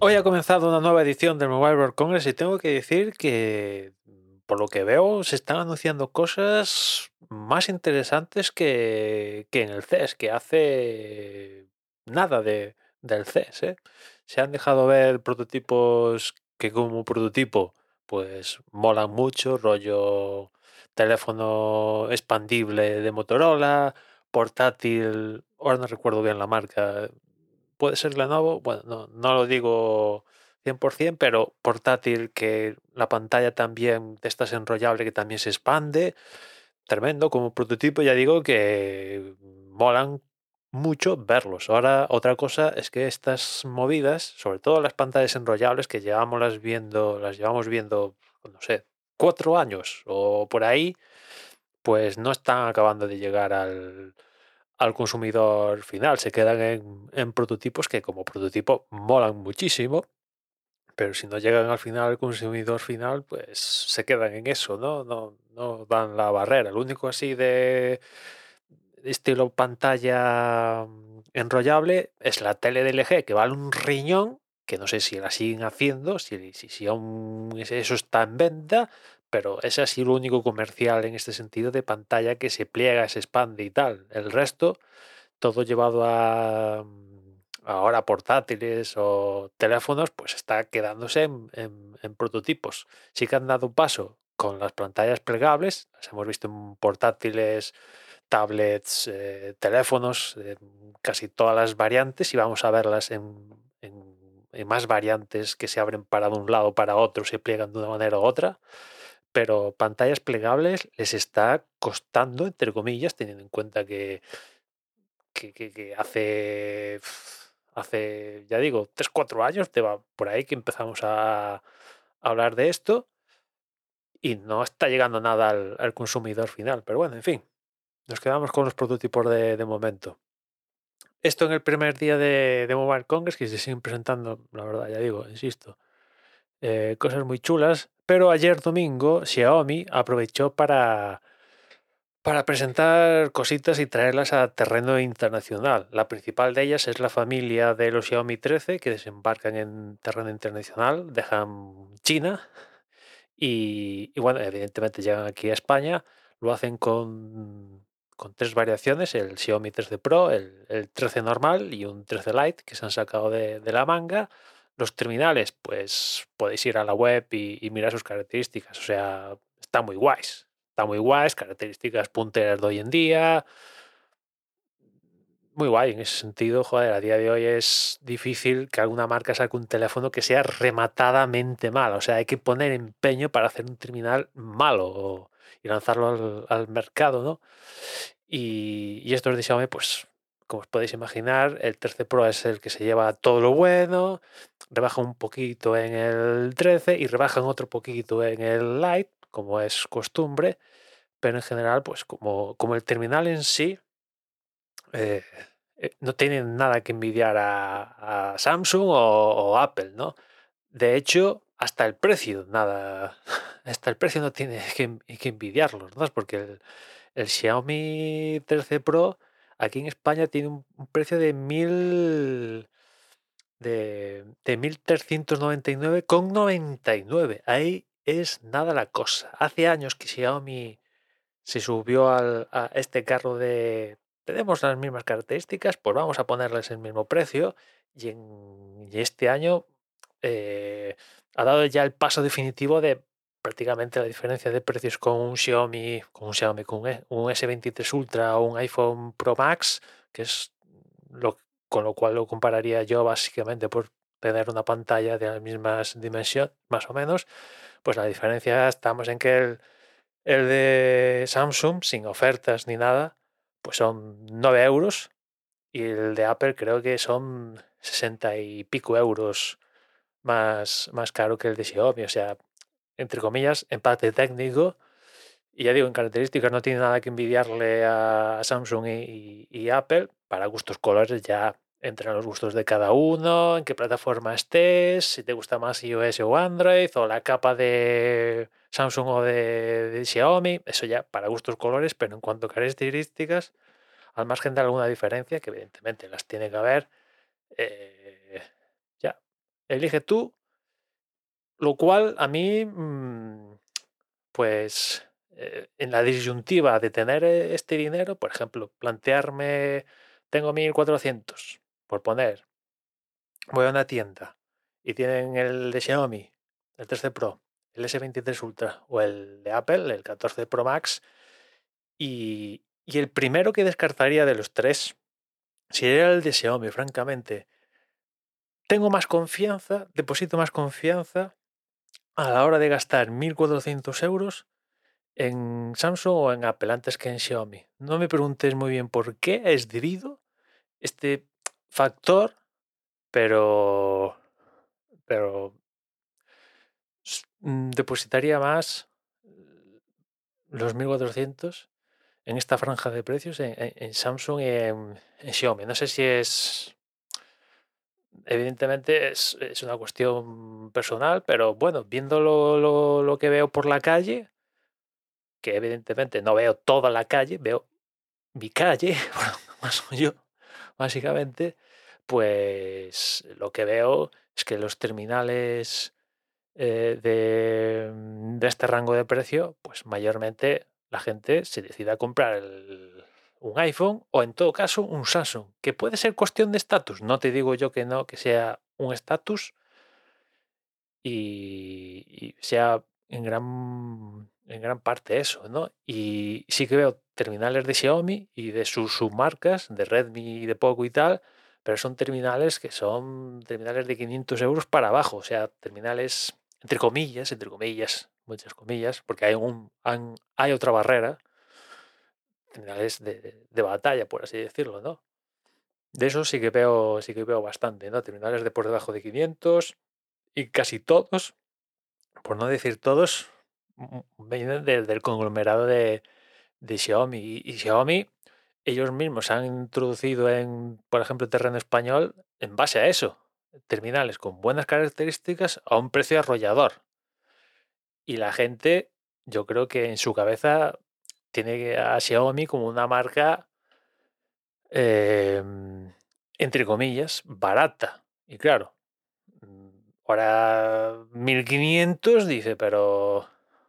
Hoy ha comenzado una nueva edición del Mobile World Congress y tengo que decir que, por lo que veo, se están anunciando cosas más interesantes que en el CES, que hace nada del CES, ¿eh? Se han dejado ver prototipos que como prototipo pues molan mucho, rollo teléfono expandible de Motorola, portátil, ahora no recuerdo bien la marca, puede ser Lenovo, bueno, no lo digo 100%, pero portátil, que la pantalla también de estas enrollable que también se expande, tremendo como prototipo, ya digo que molan mucho verlos. Ahora otra cosa es que estas movidas, sobre todo las pantallas enrollables que las llevamos viendo, no sé, 4 años o por ahí, pues no están acabando de llegar al consumidor final. Se quedan en prototipos que como prototipo molan muchísimo, pero si no llegan al final al consumidor final, pues se quedan en eso, ¿no? No dan la barrera. Lo único así de estilo pantalla enrollable es la tele de LG, que vale un riñón, que no sé si la siguen haciendo, si aún eso está en venta, pero ese ha sido lo único comercial en este sentido de pantalla que se pliega, se expande y tal. El resto todo llevado a ahora portátiles o teléfonos, pues está quedándose en prototipos. Sí que han dado un paso con las pantallas plegables, las hemos visto en portátiles, tablets, teléfonos, casi todas las variantes, y vamos a verlas en más variantes que se abren para de un lado o para otro, se pliegan de una manera u otra, pero pantallas plegables les está costando, entre comillas, teniendo en cuenta que hace, ya digo, 3 4 años, te va por ahí que empezamos a hablar de esto y no está llegando nada al consumidor final. Pero bueno, en fin, nos quedamos con los prototipos de momento. Esto en el primer día de Mobile Congress, que se siguen presentando, la verdad, ya digo, insisto, cosas muy chulas. Pero ayer domingo Xiaomi aprovechó para presentar cositas y traerlas a terreno internacional. La principal de ellas es la familia de los Xiaomi 13 que desembarcan en terreno internacional, dejan China y bueno, evidentemente llegan aquí a España, lo hacen con tres variaciones, el Xiaomi 13 Pro, el 13 normal y un 13 Lite que se han sacado de la manga. Los terminales, pues podéis ir a la web y mirar sus características, o sea, están muy guays. Está muy guays, características punteras de hoy en día. Muy guay en ese sentido, joder, a día de hoy es difícil que alguna marca saque un teléfono que sea rematadamente malo. O sea, hay que poner empeño para hacer un terminal malo y lanzarlo al mercado, ¿no? Y estos de Xiaomi, pues, como os podéis imaginar, el 13 Pro es el que se lleva todo lo bueno, rebaja un poquito en el 13 y rebajan otro poquito en el Lite, como es costumbre, pero en general, pues como el terminal en sí eh, no tienen nada que envidiar a Samsung o Apple, ¿no? De hecho, hasta el precio, nada, hasta el precio no tiene que envidiarlos, ¿no? Porque el Xiaomi 13 Pro aquí en España tiene un precio de 1.399,99. Ahí es nada la cosa. Hace años que Xiaomi se subió a este carro de tenemos las mismas características, pues vamos a ponerles el mismo precio y este año eh, ha dado ya el paso definitivo de prácticamente la diferencia de precios con un S23 Ultra o un iPhone Pro Max, que es con lo cual lo compararía yo básicamente por tener una pantalla de las mismas dimensiones, más o menos, pues la diferencia estamos en que el de Samsung, sin ofertas ni nada, pues son 9 euros y el de Apple creo que son 60 y pico euros más caro que el de Xiaomi. O sea, entre comillas, empate técnico. Y ya digo, en características no tiene nada que envidiarle a Samsung y Apple. Para gustos colores ya entran los gustos de cada uno, en qué plataforma estés, si te gusta más iOS o Android, o la capa de Samsung o de Xiaomi. Eso ya para gustos colores, pero en cuanto a características, al margen de alguna diferencia, que evidentemente las tiene que haber, eh, ya elige tú, lo cual a mí, pues, en la disyuntiva de tener este dinero, por ejemplo, plantearme, tengo 1.400, por poner, voy a una tienda y tienen el de Xiaomi, el 13 Pro, el S23 Ultra o el de Apple, el 14 Pro Max, y el primero que descartaría de los tres sería el de Xiaomi, francamente. Tengo más confianza, deposito más confianza a la hora de gastar 1.400 euros en Samsung o en Apple antes que en Xiaomi. No me preguntes muy bien por qué es debido este factor, pero, pero depositaría más los 1.400 en esta franja de precios en Samsung y en Xiaomi. No sé si es... Evidentemente es una cuestión personal, pero bueno, viendo lo que veo por la calle, que evidentemente no veo toda la calle, veo mi calle, más o yo, básicamente, pues lo que veo es que los terminales de este rango de precio, pues mayormente la gente se decide a comprar un iPhone o en todo caso un Samsung, que puede ser cuestión de estatus. No te digo yo que no, que sea un estatus y sea en gran parte eso, ¿no? Y sí que veo terminales de Xiaomi y de sus submarcas, de Redmi y de Poco y tal, pero son terminales que son terminales de 500 euros para abajo, o sea, terminales entre comillas, muchas comillas, porque hay otra barrera, terminales de batalla, por así decirlo, ¿no? De eso sí que veo bastante, ¿no? Terminales de por debajo de 500 y casi todos, por no decir todos, vienen del conglomerado de Xiaomi. Y Xiaomi, ellos mismos se han introducido por ejemplo, terreno español en base a eso. Terminales con buenas características a un precio arrollador. Y la gente, yo creo que en su cabeza tiene a Xiaomi como una marca, eh, entre comillas, barata. Y claro, ahora 1.500 dice, pero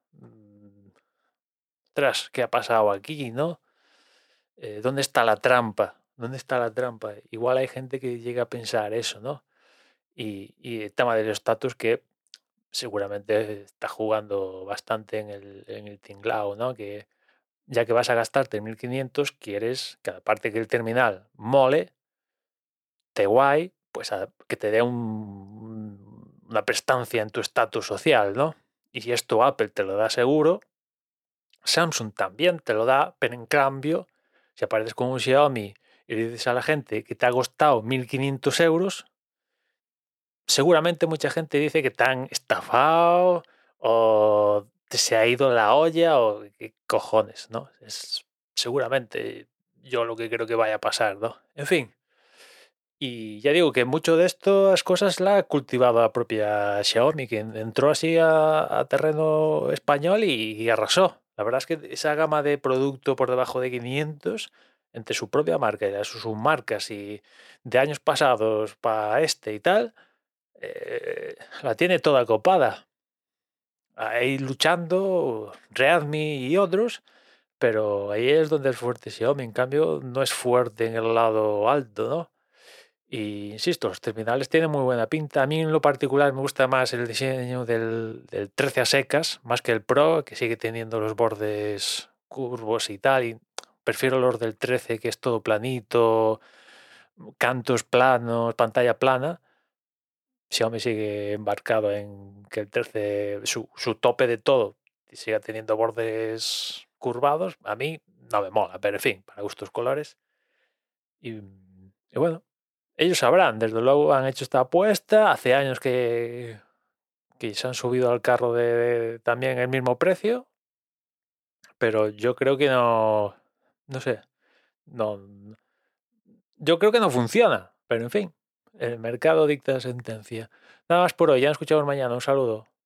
tras, ¿qué ha pasado aquí, no? ¿Dónde está la trampa? ¿Dónde está la trampa? Igual hay gente que llega a pensar eso, ¿no? Y el tema del estatus que seguramente está jugando bastante en el tinglao, ¿no? Que ya que vas a gastarte 1.500, quieres que aparte que el terminal mole, te guay, pues que te dé una prestancia en tu estatus social, ¿no? Y si esto Apple te lo da seguro, Samsung también te lo da, pero en cambio, si apareces con un Xiaomi y le dices a la gente que te ha costado 1.500 euros, seguramente mucha gente dice que te han estafado o te se ha ido la olla o qué cojones, ¿no? Es seguramente yo lo que creo que vaya a pasar, ¿no? En fin. Y ya digo que mucho de estas cosas la ha cultivado la propia Xiaomi, que entró así a terreno español y arrasó. La verdad es que esa gama de producto por debajo de 500, entre su propia marca y sus submarcas y de años pasados para este y tal, la tiene toda copada. Ahí luchando Redmi y otros, pero ahí es donde es fuerte Xiaomi. En cambio, no es fuerte en el lado alto, ¿no? Y insisto, los terminales tienen muy buena pinta. A mí en lo particular me gusta más el diseño del 13 a secas, más que el Pro, que sigue teniendo los bordes curvos y tal. Y prefiero los del 13, que es todo planito, cantos planos, pantalla plana. Xiaomi sigue embarcado en que el 13, su tope de todo, siga teniendo bordes curvados. A mí no me mola, pero en fin, para gustos colores. Y bueno, ellos sabrán, desde luego han hecho esta apuesta, hace años que se han subido al carro de también el mismo precio, pero yo creo que no sé, no, yo creo que no funciona, pero en fin, el mercado dicta sentencia. Nada más por hoy, ya nos escuchamos mañana, un saludo.